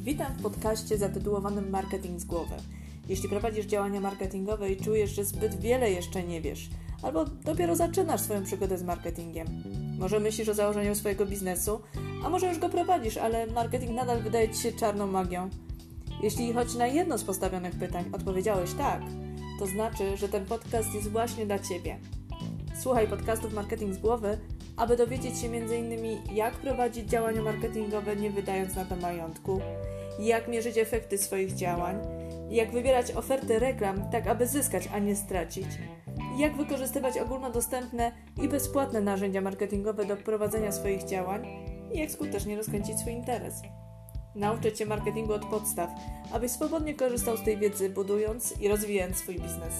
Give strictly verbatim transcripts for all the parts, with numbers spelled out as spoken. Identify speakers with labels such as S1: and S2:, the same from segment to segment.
S1: Witam w podcaście zatytułowanym Marketing z głowy. Jeśli prowadzisz działania marketingowe i czujesz, że zbyt wiele jeszcze nie wiesz, albo dopiero zaczynasz swoją przygodę z marketingiem, może myślisz o założeniu swojego biznesu, a może już go prowadzisz, ale marketing nadal wydaje Ci się czarną magią. Jeśli choć na jedno z postawionych pytań odpowiedziałeś tak, to znaczy, że ten podcast jest właśnie dla Ciebie. Słuchaj podcastów Marketing z głowy, aby dowiedzieć się między innymi, jak prowadzić działania marketingowe, nie wydając na to majątku, jak mierzyć efekty swoich działań, jak wybierać oferty reklam tak, aby zyskać, a nie stracić, jak wykorzystywać ogólnodostępne i bezpłatne narzędzia marketingowe do prowadzenia swoich działań i jak skutecznie rozkręcić swój interes. Nauczę Cię marketingu od podstaw, abyś swobodnie korzystał z tej wiedzy, budując i rozwijając swój biznes.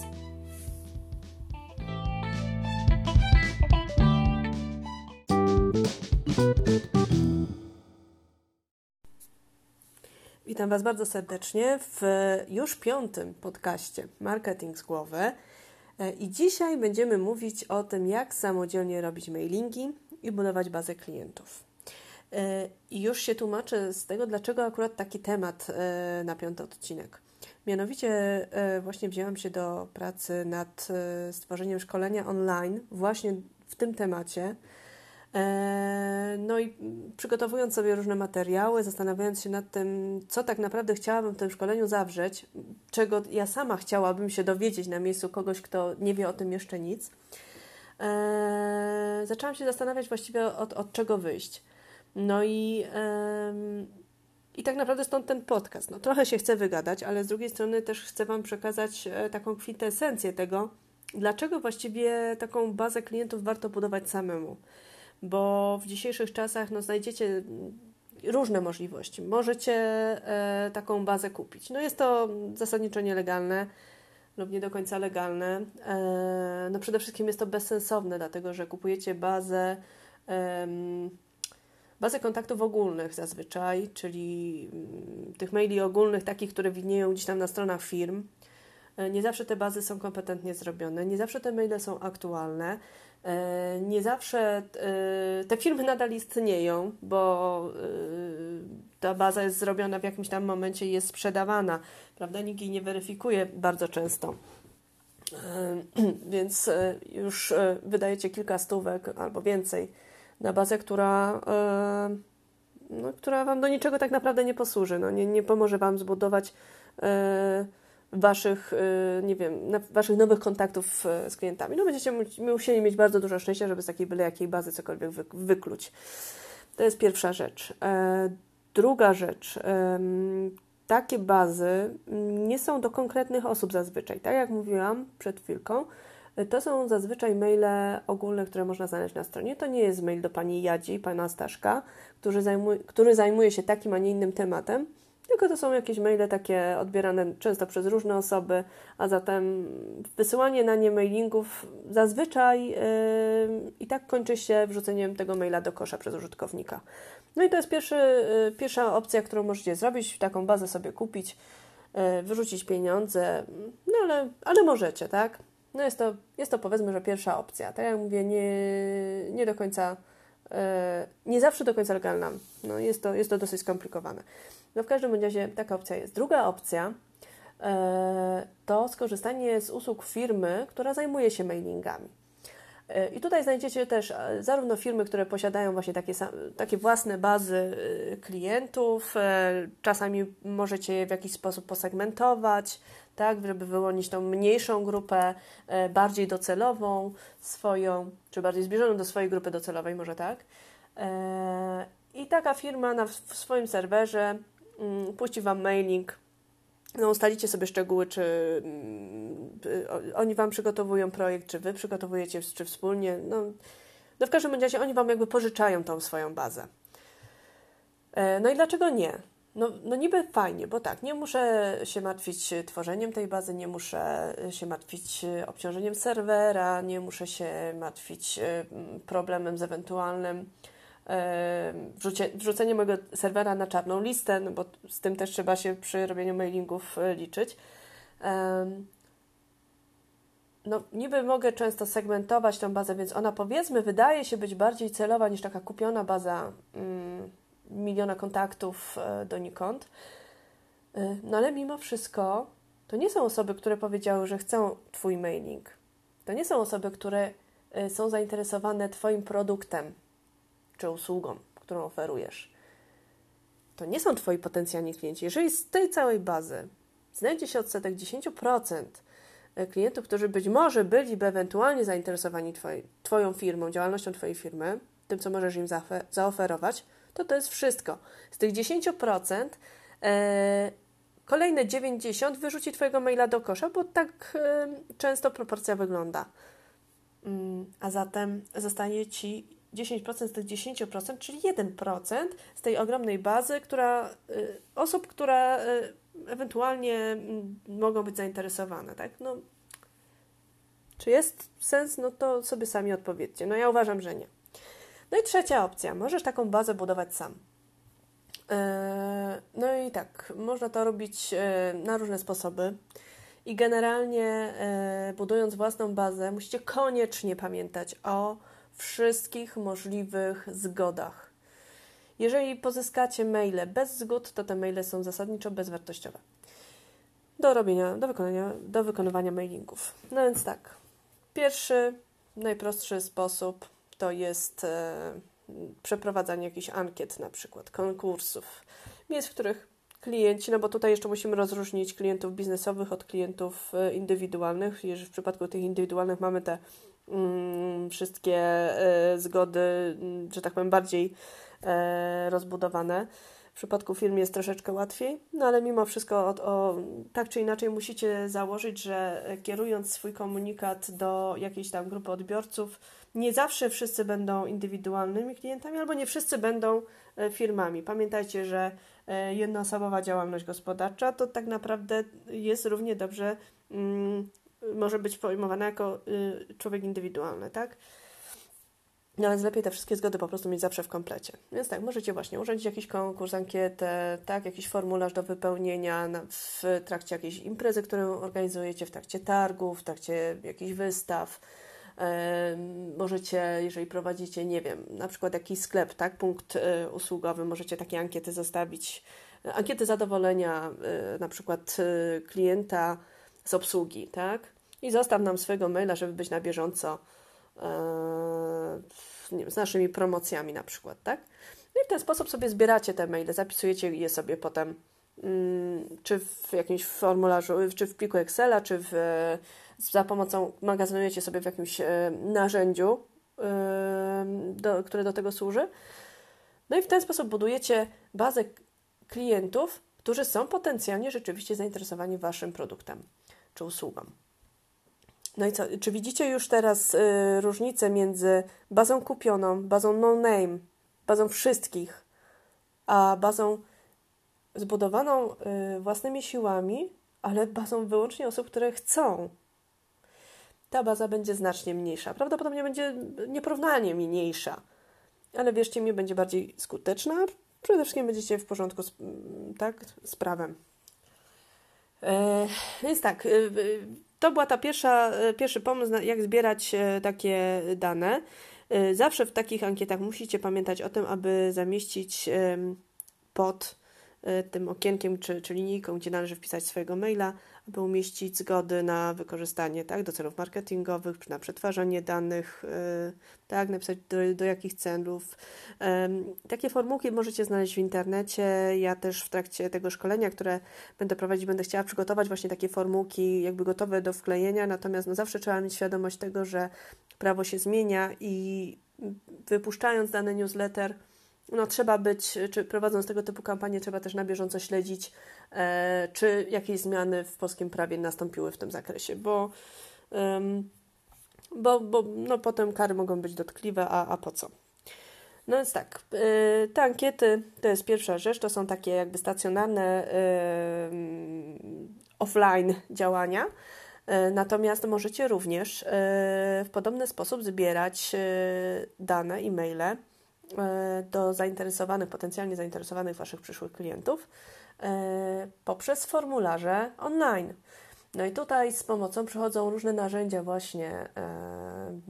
S1: Witam Was bardzo serdecznie w już piątym podcaście Marketing z głowy i dzisiaj będziemy mówić o tym, jak samodzielnie robić mailingi i budować bazę klientów. I już się tłumaczę z tego, dlaczego akurat taki temat na piąty odcinek. Mianowicie właśnie wzięłam się do pracy nad stworzeniem szkolenia online właśnie w tym temacie. No i przygotowując sobie różne materiały, zastanawiając się nad tym, co tak naprawdę chciałabym w tym szkoleniu zawrzeć, czego ja sama chciałabym się dowiedzieć na miejscu kogoś, kto nie wie o tym jeszcze nic, e, zaczęłam się zastanawiać właściwie od, od czego wyjść. No i, e, i tak naprawdę stąd ten podcast. No, trochę się chcę wygadać, ale z drugiej strony też chcę Wam przekazać taką kwintesencję tego, dlaczego właściwie taką bazę klientów warto budować samemu. Bo w dzisiejszych czasach no, znajdziecie różne możliwości. Możecie e, taką bazę kupić. No jest to zasadniczo nielegalne lub nie do końca legalne. E, no przede wszystkim jest to bezsensowne, dlatego że kupujecie bazę, e, bazę kontaktów ogólnych zazwyczaj, czyli m, tych maili ogólnych, takich, które widnieją gdzieś tam na stronach firm. E, nie zawsze te bazy są kompetentnie zrobione, nie zawsze te maile są aktualne. Nie zawsze te firmy nadal istnieją, bo ta baza jest zrobiona w jakimś tam momencie i jest sprzedawana, prawda? Nikt jej nie weryfikuje bardzo często. Więc już wydajecie kilka stówek albo więcej na bazę, która, no, która Wam do niczego tak naprawdę nie posłuży. No, nie, nie pomoże Wam zbudować Waszych, nie wiem, Waszych nowych kontaktów z klientami. No będziecie musieli mieć bardzo dużo szczęścia, żeby z takiej byle jakiej bazy cokolwiek wykluć. To jest pierwsza rzecz. Druga rzecz. Takie bazy nie są do konkretnych osób zazwyczaj. Tak jak mówiłam przed chwilką, to są zazwyczaj maile ogólne, które można znaleźć na stronie. To nie jest mail do pani Jadzi, pana Staszka, który zajmuje, który zajmuje się takim, a nie innym tematem, tylko to są jakieś maile takie odbierane często przez różne osoby, a zatem wysyłanie na nie mailingów zazwyczaj yy, i tak kończy się wrzuceniem tego maila do kosza przez użytkownika. No i to jest pierwszy, yy, pierwsza opcja, którą możecie zrobić, taką bazę sobie kupić, yy, wyrzucić pieniądze, no ale, ale możecie, tak? No jest to, jest to powiedzmy, że pierwsza opcja. Tak jak mówię, nie, nie do końca, yy, nie zawsze do końca legalna. No jest to, jest to dosyć skomplikowane. No w każdym razie taka opcja jest. Druga opcja e, to skorzystanie z usług firmy, która zajmuje się mailingami. E, I tutaj znajdziecie też zarówno firmy, które posiadają właśnie takie, takie własne bazy klientów, e, czasami możecie je w jakiś sposób posegmentować, tak, żeby wyłonić tą mniejszą grupę, e, bardziej docelową swoją, czy bardziej zbliżoną do swojej grupy docelowej, może tak. E, I taka firma na, w swoim serwerze um, puści Wam mailing, no ustalicie sobie szczegóły, czy um, oni Wam przygotowują projekt, czy Wy przygotowujecie, czy wspólnie. No, no w każdym razie oni Wam jakby pożyczają tą swoją bazę. E, no i dlaczego nie? No, no niby fajnie, bo tak, nie muszę się martwić tworzeniem tej bazy, nie muszę się martwić obciążeniem serwera, nie muszę się martwić problemem z ewentualnym Wrzucie, wrzucenie mojego serwera na czarną listę, no bo z tym też trzeba się przy robieniu mailingów liczyć. No niby mogę często segmentować tą bazę, więc ona powiedzmy wydaje się być bardziej celowa niż taka kupiona baza mm, miliona kontaktów donikąd, No ale mimo wszystko to nie są osoby, które powiedziały, że chcą Twój mailing. To nie są osoby, które są zainteresowane Twoim produktem czy usługą, którą oferujesz. To nie są Twoi potencjalni klienci. Jeżeli z tej całej bazy znajdzie się odsetek dziesięć procent klientów, którzy być może byliby ewentualnie zainteresowani twoi, Twoją firmą, działalnością Twojej firmy, tym, co możesz im zaofer- zaoferować, to to jest wszystko. Z tych dziesięć procent e, kolejne dziewięćdziesiąt procent wyrzuci Twojego maila do kosza, bo tak e, często proporcja wygląda. Mm, a zatem zostanie Ci dziesięć procent z tych dziesięć procent, czyli jeden procent z tej ogromnej bazy, która, y, osób, które y, ewentualnie y, mogą być zainteresowane. Tak? No, czy jest sens? No to sobie sami odpowiedzcie. No ja uważam, że nie. No i trzecia opcja. Możesz taką bazę budować sam. No i tak, można to robić na różne sposoby. I generalnie budując własną bazę, musicie koniecznie pamiętać o wszystkich możliwych zgodach. Jeżeli pozyskacie maile bez zgód, to te maile są zasadniczo bezwartościowe do robienia, do wykonania, do wykonywania mailingów. No więc tak, pierwszy, najprostszy sposób to jest e, przeprowadzanie jakichś ankiet, na przykład konkursów, miejsc, w których klienci, no bo tutaj jeszcze musimy rozróżnić klientów biznesowych od klientów e, indywidualnych. Jeżeli w przypadku tych indywidualnych mamy te mm, wszystkie e, zgody, że tak powiem, bardziej e, rozbudowane. W przypadku firm jest troszeczkę łatwiej, no ale mimo wszystko o, o, tak czy inaczej musicie założyć, że kierując swój komunikat do jakiejś tam grupy odbiorców, nie zawsze wszyscy będą indywidualnymi klientami, albo nie wszyscy będą firmami. Pamiętajcie, że jednoosobowa działalność gospodarcza to tak naprawdę jest równie dobrze, mm, może być pojmowana jako y, człowiek indywidualny, tak? No więc lepiej te wszystkie zgody po prostu mieć zawsze w komplecie. Więc tak, możecie właśnie urządzić jakiś konkurs, ankietę, tak, jakiś formularz do wypełnienia na, w trakcie jakiejś imprezy, którą organizujecie, w trakcie targów, w trakcie jakichś wystaw. E, możecie, jeżeli prowadzicie, nie wiem, na przykład jakiś sklep, tak, punkt e, usługowy, możecie takie ankiety zostawić. Ankiety zadowolenia e, na przykład e, klienta z obsługi, tak? I zostaw nam swojego maila, żeby być na bieżąco nie wiem, z naszymi promocjami na przykład, tak? No i w ten sposób sobie zbieracie te maile, zapisujecie je sobie potem mm, czy w jakimś formularzu, czy w pliku Excela, czy w, za pomocą, magazynujecie sobie w jakimś e, narzędziu, e, do, które do tego służy. No i w ten sposób budujecie bazę klientów, którzy są potencjalnie rzeczywiście zainteresowani Waszym produktem czy usługą. No i co? Czy widzicie już teraz y, różnicę między bazą kupioną, bazą no-name, bazą wszystkich, a bazą zbudowaną y, własnymi siłami, ale bazą wyłącznie osób, które chcą? Ta baza będzie znacznie mniejsza. Prawdopodobnie będzie nieporównanie mniejsza, ale wierzcie mi, będzie bardziej skuteczna. Przede wszystkim będziecie w porządku z, tak, z prawem. E, więc tak... Y, y, To była ta pierwsza, pierwszy pomysł, jak zbierać takie dane. Zawsze w takich ankietach musicie pamiętać o tym, aby zamieścić pod tym okienkiem czy, czy linijką, gdzie należy wpisać swojego maila, aby umieścić zgody na wykorzystanie, tak, do celów marketingowych, na przetwarzanie danych, tak, napisać do, do jakich celów. Takie formułki możecie znaleźć w internecie. Ja też w trakcie tego szkolenia, które będę prowadzić, będę chciała przygotować właśnie takie formułki jakby gotowe do wklejenia, natomiast no zawsze trzeba mieć świadomość tego, że prawo się zmienia i wypuszczając dany newsletter, no trzeba być, czy prowadząc tego typu kampanię, trzeba też na bieżąco śledzić, e, czy jakieś zmiany w polskim prawie nastąpiły w tym zakresie, bo, um, bo, bo no, potem kary mogą być dotkliwe, a, a po co? No więc tak, e, te ankiety to jest pierwsza rzecz, to są takie jakby stacjonarne e, offline działania, e, natomiast możecie również e, w podobny sposób zbierać e, dane, e-maile do zainteresowanych, potencjalnie zainteresowanych Waszych przyszłych klientów e, poprzez formularze online. No i tutaj z pomocą przychodzą różne narzędzia właśnie, e,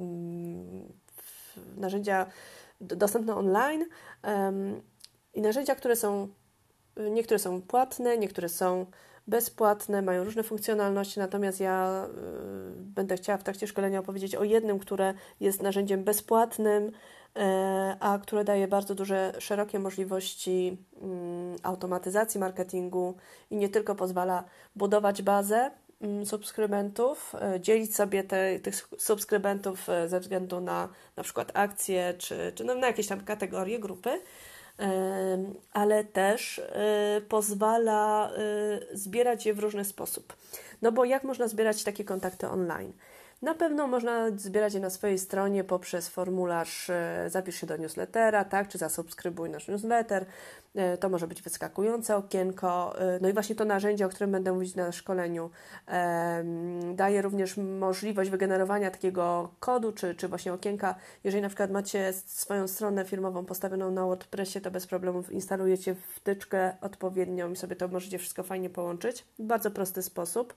S1: narzędzia dostępne online e, i narzędzia, które są niektóre są płatne, niektóre są bezpłatne, mają różne funkcjonalności, natomiast ja y, będę chciała w trakcie szkolenia opowiedzieć o jednym, które jest narzędziem bezpłatnym, y, a które daje bardzo duże, szerokie możliwości y, automatyzacji marketingu i nie tylko pozwala budować bazę y, subskrybentów, y, dzielić sobie te, tych subskrybentów y, ze względu na na przykład akcje, czy, czy no, na jakieś tam kategorie, grupy, ale też pozwala zbierać je w różny sposób. No bo jak można zbierać takie kontakty online? Na pewno można zbierać je na swojej stronie poprzez formularz zapisz się do newslettera, tak, czy zasubskrybuj nasz newsletter. To może być wyskakujące okienko. No i właśnie to narzędzie, o którym będę mówić na szkoleniu, daje również możliwość wygenerowania takiego kodu, czy, czy właśnie okienka. Jeżeli na przykład macie swoją stronę firmową postawioną na WordPressie, to bez problemów instalujecie wtyczkę odpowiednią i sobie to możecie wszystko fajnie połączyć. W bardzo prosty sposób.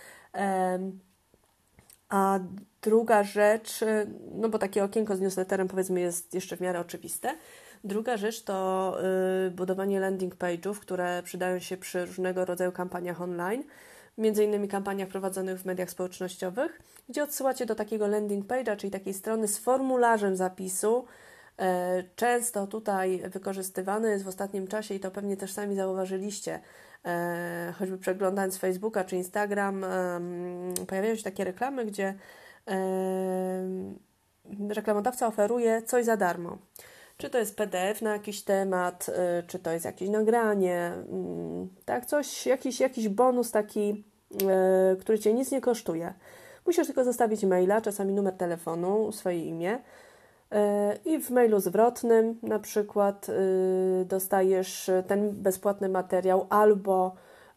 S1: A druga rzecz, no bo takie okienko z newsletterem powiedzmy jest jeszcze w miarę oczywiste. Druga rzecz to y, budowanie landing page'ów, które przydają się przy różnego rodzaju kampaniach online, między innymi kampaniach prowadzonych w mediach społecznościowych, gdzie odsyłacie do takiego landing page'a, czyli takiej strony z formularzem zapisu. Y, często tutaj wykorzystywany jest w ostatnim czasie i to pewnie też sami zauważyliście, E, choćby przeglądając Facebooka czy Instagram, e, pojawiają się takie reklamy, gdzie e, reklamodawca oferuje coś za darmo. Czy to jest P D F na jakiś temat, e, czy to jest jakieś nagranie, m, tak, coś, jakiś, jakiś bonus taki, e, który Cię nic nie kosztuje. Musisz tylko zostawić maila, czasami numer telefonu, swoje imię. I w mailu zwrotnym na przykład y, dostajesz ten bezpłatny materiał albo,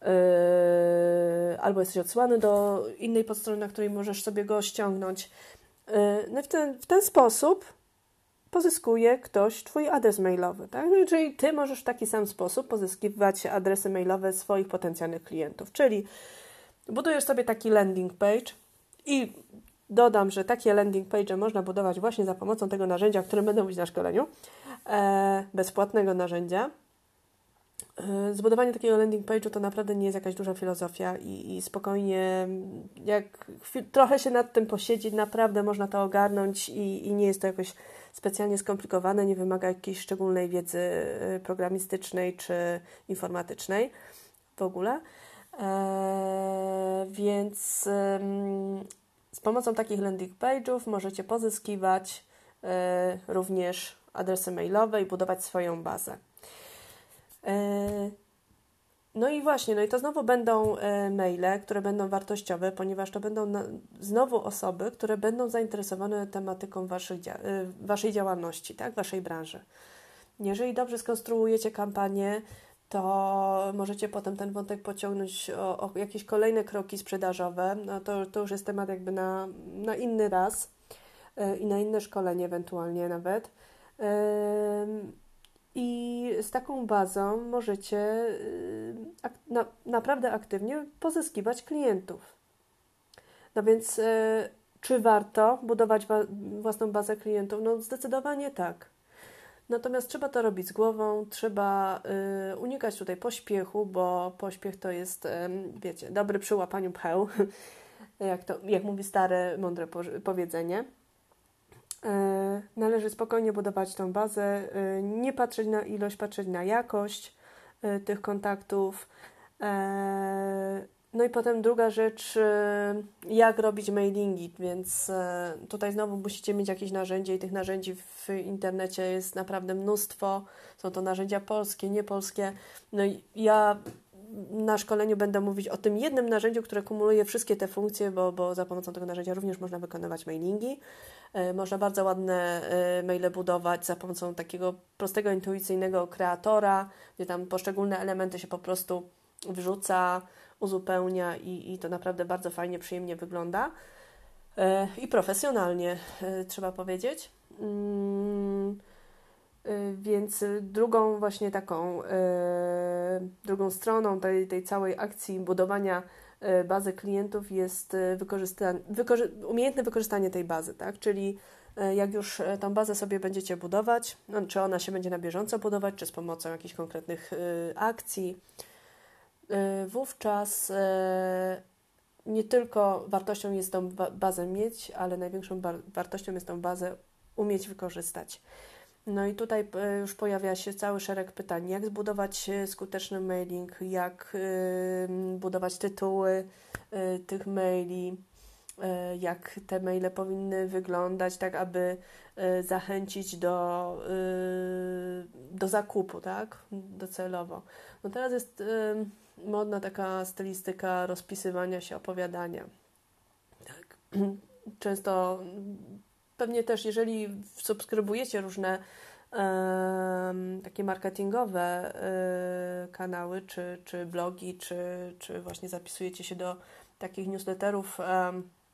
S1: y, albo jesteś odsyłany do innej podstrony, na której możesz sobie go ściągnąć. Y, no i w ten, w ten sposób pozyskuje ktoś Twój adres mailowy. Tak? No, czyli Ty możesz w taki sam sposób pozyskiwać adresy mailowe swoich potencjalnych klientów. Czyli budujesz sobie taki landing page i dodam, że takie landing page można budować właśnie za pomocą tego narzędzia, o którym będę mówić na szkoleniu, e, bezpłatnego narzędzia. E, zbudowanie takiego landing page'u to naprawdę nie jest jakaś duża filozofia i, i spokojnie, jak chwil, trochę się nad tym posiedzi, naprawdę można to ogarnąć i, i nie jest to jakoś specjalnie skomplikowane, nie wymaga jakiejś szczególnej wiedzy programistycznej czy informatycznej w ogóle. E, więc z pomocą takich landing page'ów możecie pozyskiwać y, również adresy mailowe i budować swoją bazę. Y, no i właśnie, no i to znowu będą y, maile, które będą wartościowe, ponieważ to będą na, znowu osoby, które będą zainteresowane tematyką waszych dzia- y, waszej działalności, tak, waszej branży. Jeżeli dobrze skonstruujecie kampanię, to możecie potem ten wątek pociągnąć o, o jakieś kolejne kroki sprzedażowe. No to, to już jest temat jakby na, na inny raz yy, i na inne szkolenie ewentualnie nawet. Yy, I z taką bazą możecie yy, ak na, naprawdę aktywnie pozyskiwać klientów. No więc yy, czy warto budować własną bazę klientów? No zdecydowanie tak. Natomiast trzeba to robić z głową, trzeba y, unikać tutaj pośpiechu, bo pośpiech to jest, y, wiecie, dobry przy łapaniu pcheł, jak, to, jak mówi stare, mądre powiedzenie. Y, należy spokojnie budować tą bazę, y, nie patrzeć na ilość, patrzeć na jakość y, tych kontaktów. Y, No i potem druga rzecz, jak robić mailingi, więc tutaj znowu musicie mieć jakieś narzędzie i tych narzędzi w internecie jest naprawdę mnóstwo. Są to narzędzia polskie, niepolskie. No i ja na szkoleniu będę mówić o tym jednym narzędziu, które kumuluje wszystkie te funkcje, bo, bo za pomocą tego narzędzia również można wykonywać mailingi. Można bardzo ładne maile budować za pomocą takiego prostego, intuicyjnego kreatora, gdzie tam poszczególne elementy się po prostu wrzuca, uzupełnia i, i to naprawdę bardzo fajnie, przyjemnie wygląda e, i profesjonalnie, e, trzeba powiedzieć. Mm, e, więc drugą właśnie taką e, drugą stroną tej, tej całej akcji budowania bazy klientów jest wykorzysta- wykorzy- umiejętne wykorzystanie tej bazy, tak? Czyli Jak już tą bazę sobie będziecie budować, no, czy ona się będzie na bieżąco budować, czy z pomocą jakichś konkretnych akcji, wówczas nie tylko wartością jest tą bazę mieć, ale największą wartością jest tą bazę umieć wykorzystać. No i tutaj już pojawia się cały szereg pytań, jak zbudować skuteczny mailing, jak budować tytuły tych maili, jak te maile powinny wyglądać, tak aby zachęcić do, do zakupu, tak, docelowo. No teraz jest modna taka stylistyka rozpisywania się, opowiadania. Tak. Często pewnie też, jeżeli subskrybujecie różne e, takie marketingowe e, kanały, czy, czy blogi, czy, czy właśnie zapisujecie się do takich newsletterów e,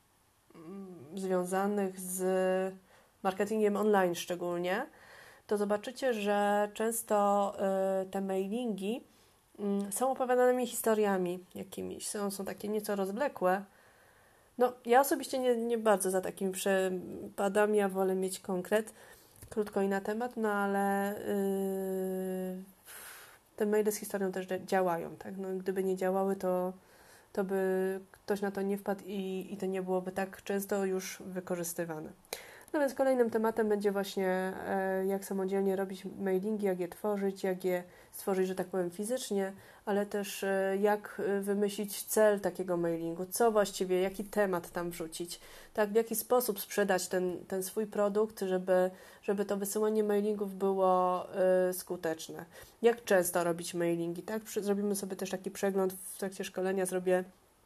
S1: związanych z marketingiem online szczególnie, to zobaczycie, że często e, te mailingi m, są opowiadanymi historiami jakimiś, są, są takie nieco rozwlekłe. No, ja osobiście nie, nie bardzo za takimi przepadam, ja wolę mieć konkret, krótko i na temat, no ale yy, te maile z historią też działają, tak? No, gdyby nie działały, to, to by ktoś na to nie wpadł i, i to nie byłoby tak często już wykorzystywane. No więc kolejnym tematem będzie właśnie e, jak samodzielnie robić mailingi, jak je tworzyć, jak je stworzyć, że tak powiem, fizycznie, ale też e, jak wymyślić cel takiego mailingu, co właściwie, jaki temat tam wrzucić, tak, w jaki sposób sprzedać ten, ten swój produkt, żeby, żeby to wysyłanie mailingów było e, skuteczne. Jak często robić mailingi, tak? Zrobimy sobie też taki przegląd, w trakcie szkolenia zrobię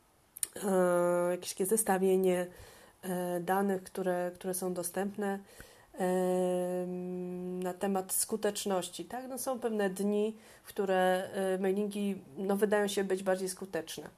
S1: e, jakieś takie zestawienie danych, które, które są dostępne na temat skuteczności. Tak? No są pewne dni, w które mailingi no, wydają się być bardziej skuteczne,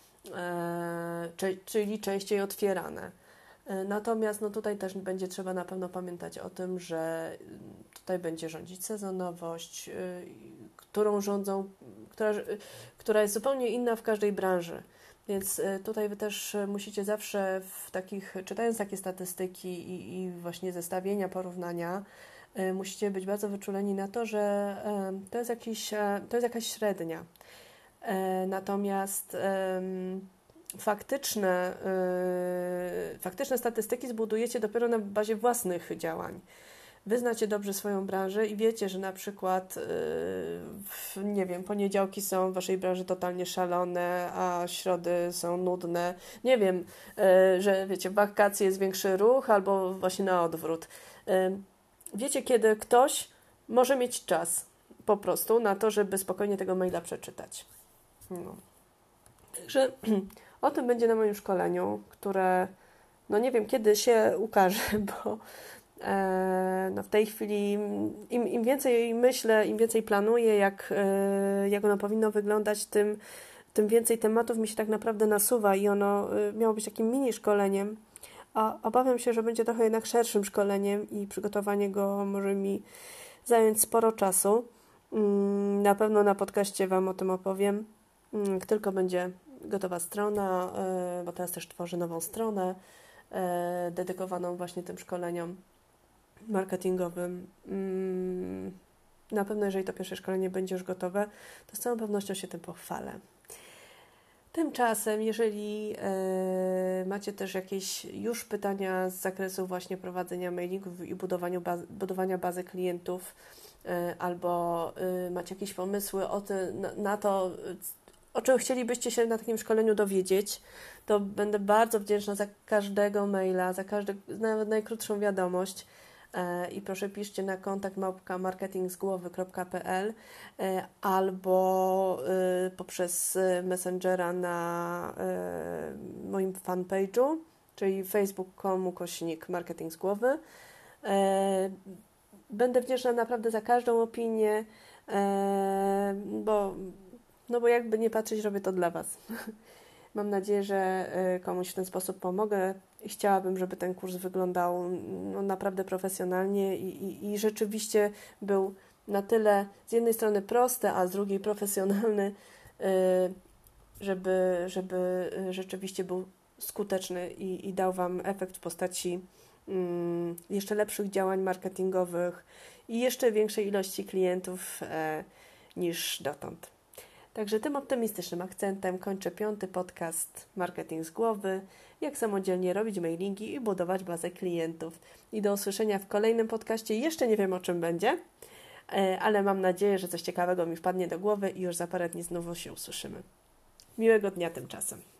S1: czyli częściej otwierane. Natomiast no, tutaj też będzie trzeba na pewno pamiętać o tym, że tutaj będzie rządzić sezonowość, którą rządzą, która, która jest zupełnie inna w każdej branży. Więc tutaj Wy też musicie zawsze w takich, czytając takie statystyki i, i właśnie zestawienia, porównania, musicie być bardzo wyczuleni na to, że to jest, jakiś, to jest jakaś średnia. Natomiast faktyczne, faktyczne statystyki zbudujecie dopiero na bazie własnych działań. Wy znacie dobrze swoją branżę i wiecie, że na przykład, yy, nie wiem, poniedziałki są w Waszej branży totalnie szalone, a środy są nudne. Nie wiem, yy, że wiecie, w wakacje jest większy ruch albo właśnie na odwrót. Yy, wiecie, kiedy ktoś może mieć czas po prostu na to, żeby spokojnie tego maila przeczytać. No. Także o tym będzie na moim szkoleniu, które no nie wiem, kiedy się ukaże, bo no w tej chwili im, im więcej myślę, im więcej planuję, jak, jak ono powinno wyglądać, tym, tym więcej tematów mi się tak naprawdę nasuwa i ono miało być takim mini szkoleniem, a obawiam się, że będzie trochę jednak szerszym szkoleniem i przygotowanie go może mi zająć sporo czasu. Na pewno na podcaście Wam o tym opowiem, jak tylko będzie gotowa strona, bo teraz też tworzę nową stronę dedykowaną właśnie tym szkoleniom marketingowym. Na pewno, jeżeli to pierwsze szkolenie będzie już gotowe, to z całą pewnością się tym pochwalę. Tymczasem, jeżeli e, macie też jakieś już pytania z zakresu właśnie prowadzenia mailingów i budowaniu bazy, budowania bazy klientów, e, albo e, macie jakieś pomysły o ty, na, na to, o czym chcielibyście się na takim szkoleniu dowiedzieć, to będę bardzo wdzięczna za każdego maila, za każdy, nawet najkrótszą wiadomość. I proszę piszcie na kontakt małpka marketing z głowy kropka p l albo poprzez Messengera na moim fanpage'u, czyli facebook kropka com ukośnik marketing z głowy. Będę wdzięczna naprawdę za każdą opinię, bo, no bo jakby nie patrzeć, robię to dla Was. Mam nadzieję, że komuś w ten sposób pomogę i chciałabym, żeby ten kurs wyglądał no, naprawdę profesjonalnie i, i, i rzeczywiście był na tyle z jednej strony prosty, a z drugiej profesjonalny, żeby, żeby rzeczywiście był skuteczny i, i dał Wam efekt w postaci mm, jeszcze lepszych działań marketingowych i jeszcze większej ilości klientów e, niż dotąd. Także tym optymistycznym akcentem kończę piąty podcast Marketing z głowy. Jak samodzielnie robić mailingi i budować bazę klientów. I do usłyszenia w kolejnym podcaście. Jeszcze nie wiem, o czym będzie, ale mam nadzieję, że coś ciekawego mi wpadnie do głowy i już za parę dni znowu się usłyszymy. Miłego dnia tymczasem.